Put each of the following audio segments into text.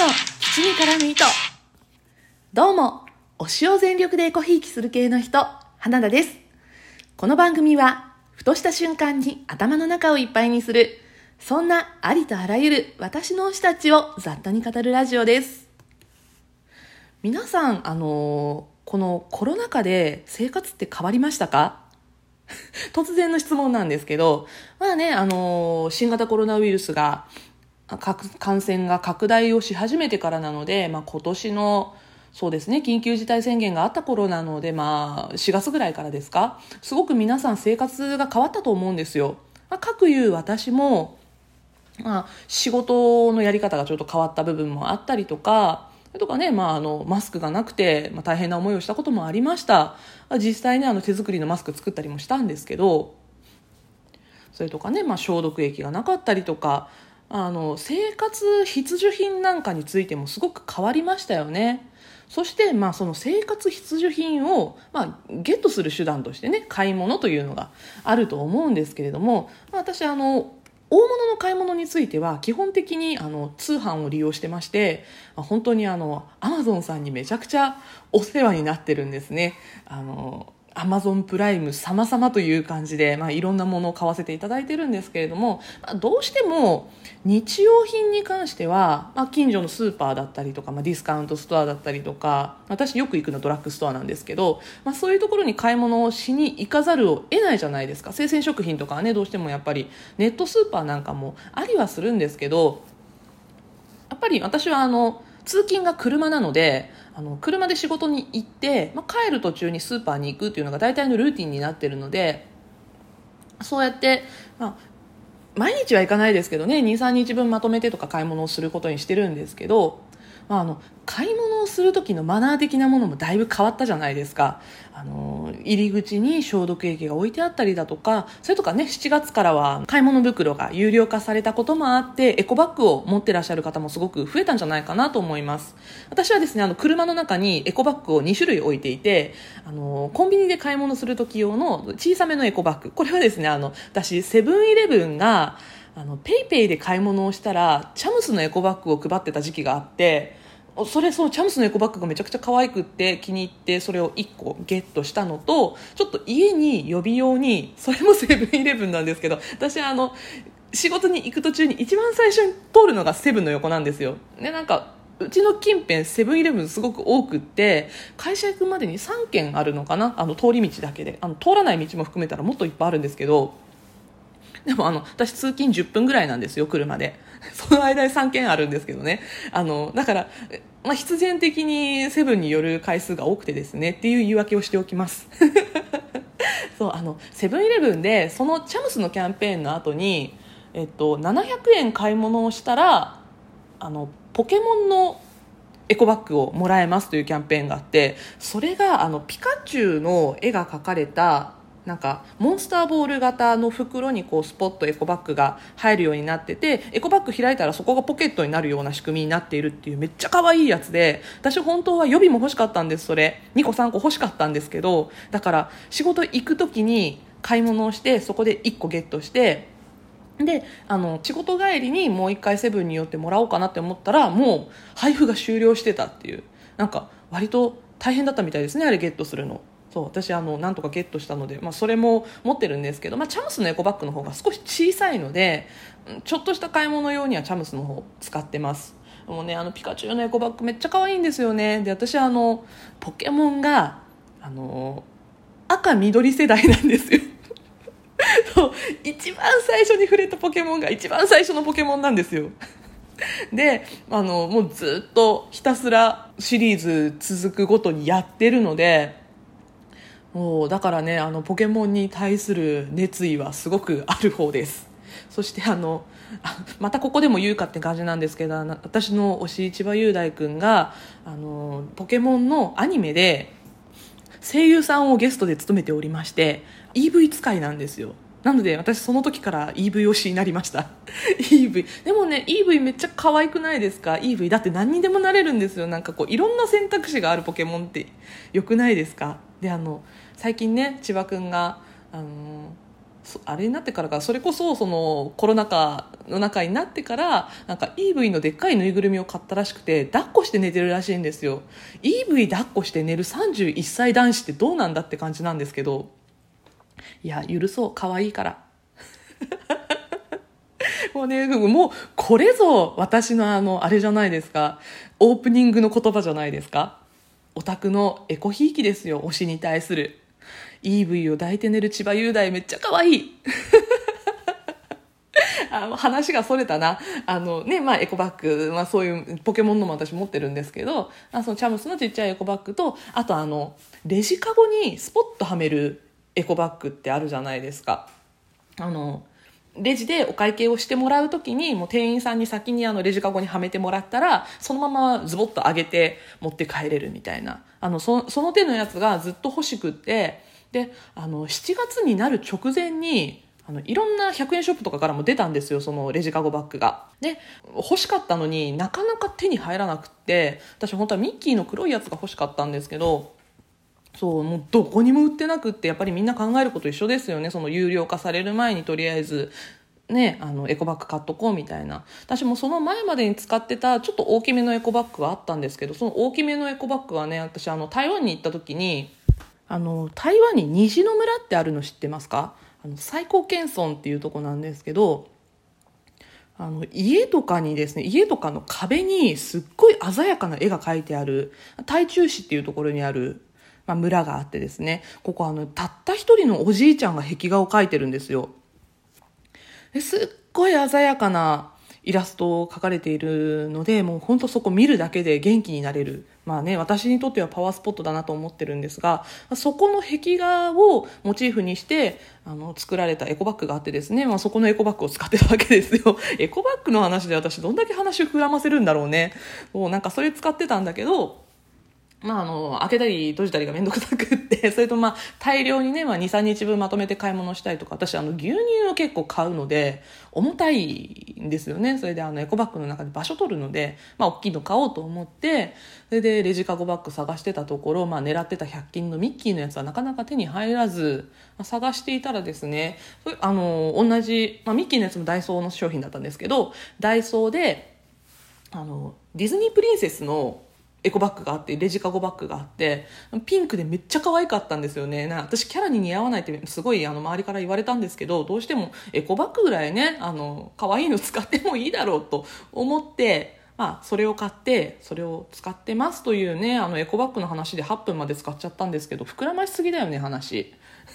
基地に絡む糸。どうも、推しを全力でエコひいきする系の人、花田です。この番組は、ふとした瞬間に頭の中をいっぱいにする、そんなありとあらゆる私の推したちを雑多に語るラジオです。皆さん、このコロナ禍で生活って変わりましたか？突然の質問なんですけど、新型コロナウイルスが感染が拡大をし始めてからなので、今年のそうですね、緊急事態宣言があった頃なので、4月ぐらいからですか、すごく皆さん生活が変わったと思うんですよ。各いう私も、仕事のやり方がちょっと変わった部分もあったりとか、それとかね、マスクがなくて、大変な思いをしたこともありました。実際ね、手作りのマスク作ったりもしたんですけど、それとかね、消毒液がなかったりとか、生活必需品なんかについてもすごく変わりましたよね。そして、その生活必需品を、ゲットする手段としてね、買い物というのがあると思うんですけれども、私大物の買い物については基本的に通販を利用してまして、本当にAmazon さんにめちゃくちゃお世話になってるんですね。Amazon プライム様々という感じで、いろんなものを買わせていただいてるんですけれども、どうしても日用品に関しては、近所のスーパーだったりとか、ディスカウントストアだったりとか、私よく行くのドラッグストアなんですけど、そういうところに買い物をしに行かざるを得ないじゃないですか。生鮮食品とかはね、どうしてもやっぱりネットスーパーなんかもありはするんですけど、やっぱり私は通勤が車なので、車で仕事に行って、帰る途中にスーパーに行くっていうのが大体のルーティンになってるので、そうやって、毎日は行かないですけどね、2、3日分まとめてとか買い物をすることにしてるんですけど、買い物をする時のマナー的なものもだいぶ変わったじゃないですか。入り口に消毒液が置いてあったりだとか、それとかね、7月からは買い物袋が有料化されたこともあって、エコバッグを持ってらっしゃる方もすごく増えたんじゃないかなと思います。私はですね、車の中にエコバッグを2種類置いていて、コンビニで買い物する時用の小さめのエコバッグ、これはですね、私セブンイレブンがペイペイで買い物をしたらチャムスのエコバッグを配ってた時期があって、そのチャムスのエコバッグがめちゃくちゃ可愛くって気に入って、それを1個ゲットしたのと、ちょっと家に予備用に、それもセブンイレブンなんですけど、私仕事に行く途中に一番最初に通るのがセブンの横なんですよ。で、うちの近辺セブンイレブンすごく多くって、会社行くまでに3軒あるのかな、通り道だけで。通らない道も含めたらもっといっぱいあるんですけど、でも私通勤10分ぐらいなんですよ、車で。その間に3軒あるんですけどね。だから、必然的にセブンに寄る回数が多くてですね、っていう言い訳をしておきます。そう、セブンイレブンで、そのチャムスのキャンペーンの後に、700円買い物をしたら、ポケモンのエコバッグをもらえますというキャンペーンがあって、それがピカチュウの絵が描かれたモンスターボール型の袋にスポッとエコバッグが入るようになってて、エコバッグ開いたらそこがポケットになるような仕組みになっているっていう、めっちゃ可愛いやつで、私本当は予備も欲しかったんです。それ2個3個欲しかったんですけど、だから仕事行く時に買い物をして、そこで1個ゲットして、で仕事帰りにもう1回セブンに寄ってもらおうかなって思ったら、もう配布が終了してたっていう、割と大変だったみたいですね、あれゲットするの。そう、私なんとかゲットしたので、それも持ってるんですけど、チャムスのエコバッグの方が少し小さいので、ちょっとした買い物用にはチャムスの方使ってます。もうね、ピカチュウのエコバッグめっちゃ可愛いんですよね。で、私ポケモンが赤緑世代なんですよ。そう、一番最初に触れたポケモンが一番最初のポケモンなんですよ。で、もうずっとひたすらシリーズ続くごとにやってるので、もうだからね、ポケモンに対する熱意はすごくある方です。そしてまたここでも言うかって感じなんですけど、私の推し千葉雄大くんがポケモンのアニメで声優さんをゲストで務めておりまして、 EV 使いなんですよ。なので私その時から EV 推しになりました。 EV でもね、 EV めっちゃ可愛くないですか？ EV だって何にでもなれるんですよ。いろんな選択肢があるポケモンってよくないですか？で最近ね、千葉くんがあれになってからか、それこそそのコロナ禍の中になってから、なんか EV のでっかいぬいぐるみを買ったらしくて、抱っこして寝てるらしいんですよ。EV 抱っこして寝る31歳男子ってどうなんだって感じなんですけど、いや、許そう。可愛いから。もうね、もう、これぞ私のあれじゃないですか。オープニングの言葉じゃないですか。オタクのエコひいきですよ。推しに対する。EV を抱いて寝る千葉雄大めっちゃ可愛い。話がそれたな。エコバッグ、そういうポケモンのも私持ってるんですけど、そのチャムスのちっちゃいエコバッグと、あとレジカゴにスポッとはめるエコバッグってあるじゃないですか。レジでお会計をしてもらうときに、もう店員さんに先にレジカゴにはめてもらったら、そのままズボッと上げて持って帰れるみたいな。その手のやつがずっと欲しくって、で、7月になる直前に、いろんな100円ショップとかからも出たんですよ、そのレジカゴバッグが。で、欲しかったのになかなか手に入らなくって、私本当はミッキーの黒いやつが欲しかったんですけど、そう、もうどこにも売ってなくって、やっぱりみんな考えること一緒ですよね。その有料化される前にとりあえず、ね、エコバッグ買っとこうみたいな。私もその前までに使ってたちょっと大きめのエコバッグがあったんですけど、その大きめのエコバッグはね、私台湾に行った時に、台湾に虹の村ってあるの知ってますか？最高謙村っていうとこなんですけど、家とかにですね、家とかの壁にすっごい鮮やかな絵が描いてある、台中市っていうところにある、村があってですね、ここたった一人のおじいちゃんが壁画を描いてるんですよ。すっごい鮮やかなイラストを描かれているので、もう本当そこ見るだけで元気になれる。私にとってはパワースポットだなと思ってるんですが、そこの壁画をモチーフにして作られたエコバッグがあってですね、そこのエコバッグを使ってたわけですよ。エコバッグの話で私どんだけ話を膨らませるんだろうね。もうなんかそれ使ってたんだけど、開けたり閉じたりがめんどくさくって、それと大量にね、2、3日分まとめて買い物したりとか、私牛乳を結構買うので、重たいんですよね。それでエコバッグの中で場所取るので、大きいの買おうと思って、それでレジカゴバッグ探してたところ、狙ってた100均のミッキーのやつはなかなか手に入らず、探していたらですね、同じ、ミッキーのやつもダイソーの商品だったんですけど、ダイソーで、ディズニープリンセスのエコバッグがあって、レジカゴバッグがあって、ピンクでめっちゃ可愛かったんですよね。私キャラに似合わないってすごい周りから言われたんですけど、どうしてもエコバッグぐらいね、可愛いの使ってもいいだろうと思って、それを買って、それを使ってますというね、エコバッグの話で8分まで使っちゃったんですけど、膨らましすぎだよね、話。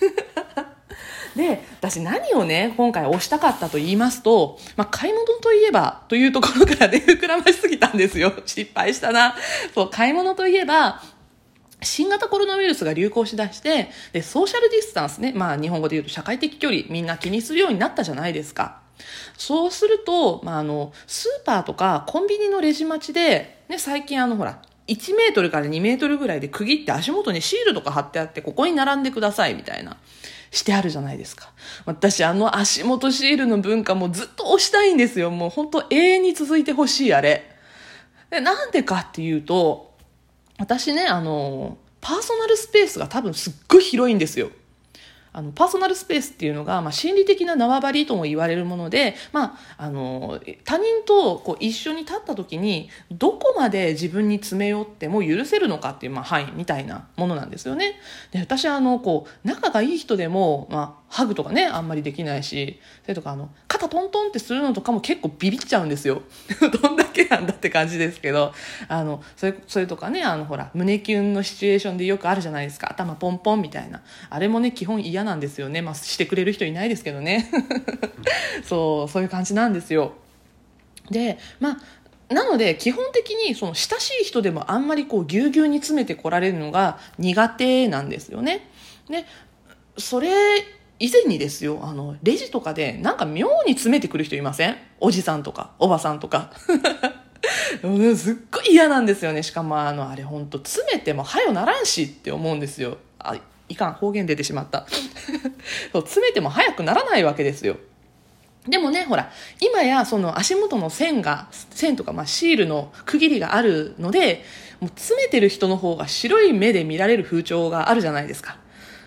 で、私何をね、今回推したかったと言いますと、買い物といえばというところからね、膨らましすぎたんですよ。失敗したな。そう、買い物といえば、新型コロナウイルスが流行しだして、で、ソーシャルディスタンスね、日本語で言うと社会的距離、みんな気にするようになったじゃないですか。そうすると、スーパーとかコンビニのレジ待ちで、ね、最近ほら、1メートルから2メートルぐらいで区切って足元にシールとか貼ってあって、ここに並んでくださいみたいな。してあるじゃないですか。私足元シールの文化もずっと推したいんですよ。もう本当永遠に続いてほしいあれ。で、なんでかっていうと、私ね、パーソナルスペースが多分すっごい広いんですよ。パーソナルスペースっていうのが、心理的な縄張りとも言われるもので、他人と一緒に立った時にどこまで自分に詰め寄っても許せるのかっていう、範囲みたいなものなんですよね。で、私は仲がいい人でも、ハグとかね、あんまりできないし、それとか肩トントンってするのとかも結構ビビっちゃうんですよ。どんだけなんだって感じですけど、それとかね、ほら、胸キュンのシチュエーションでよくあるじゃないですか。頭ポンポンみたいな。あれもね、基本嫌なんですよね。してくれる人いないですけどね。そういう感じなんですよ。で、なので、基本的に親しい人でもあんまりぎゅうぎゅうに詰めてこられるのが苦手なんですよね。で、それ以前にですよ、レジとかでなんか妙に詰めてくる人いません？おじさんとか、おばさんとか。すっごい嫌なんですよね。しかもあれほんと詰めてもはよならんしって思うんですよ。いかん、方言出てしまった。そう、詰めても早くならないわけですよ。でもね、ほら、今やその足元の線とかシールの区切りがあるので、もう詰めてる人の方が白い目で見られる風潮があるじゃないですか。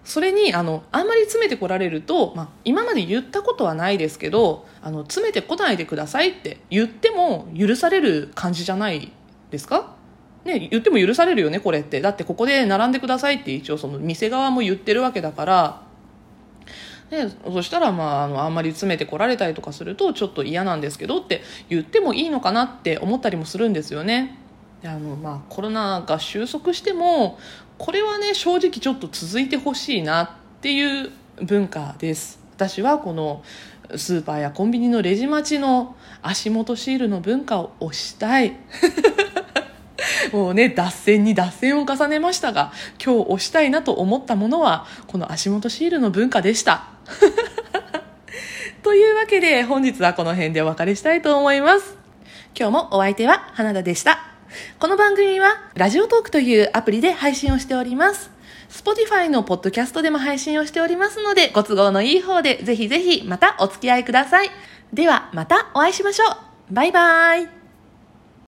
それにあんまり詰めてこられると、今まで言ったことはないですけど詰めてこないでくださいって言っても許される感じじゃないですかね。言っても許されるよねこれって。だってここで並んでくださいって一応その店側も言ってるわけだから、でそしたらあんまり詰めてこられたりとかするとちょっと嫌なんですけどって言ってもいいのかなって思ったりもするんですよね。でコロナが収束してもこれはね正直ちょっと続いてほしいなっていう文化です。私はこのスーパーやコンビニのレジ待ちの足元シールの文化を推したいもうね脱線に脱線を重ねましたが、今日推したいなと思ったものはこの足元シールの文化でしたというわけで本日はこの辺でお別れしたいと思います。今日もお相手は花田でした。この番組はラジオトークというアプリで配信をしております。Spotify のポッドキャストでも配信をしておりますので、ご都合のいい方でぜひぜひまたお付き合いください。ではまたお会いしましょう。バイバイ。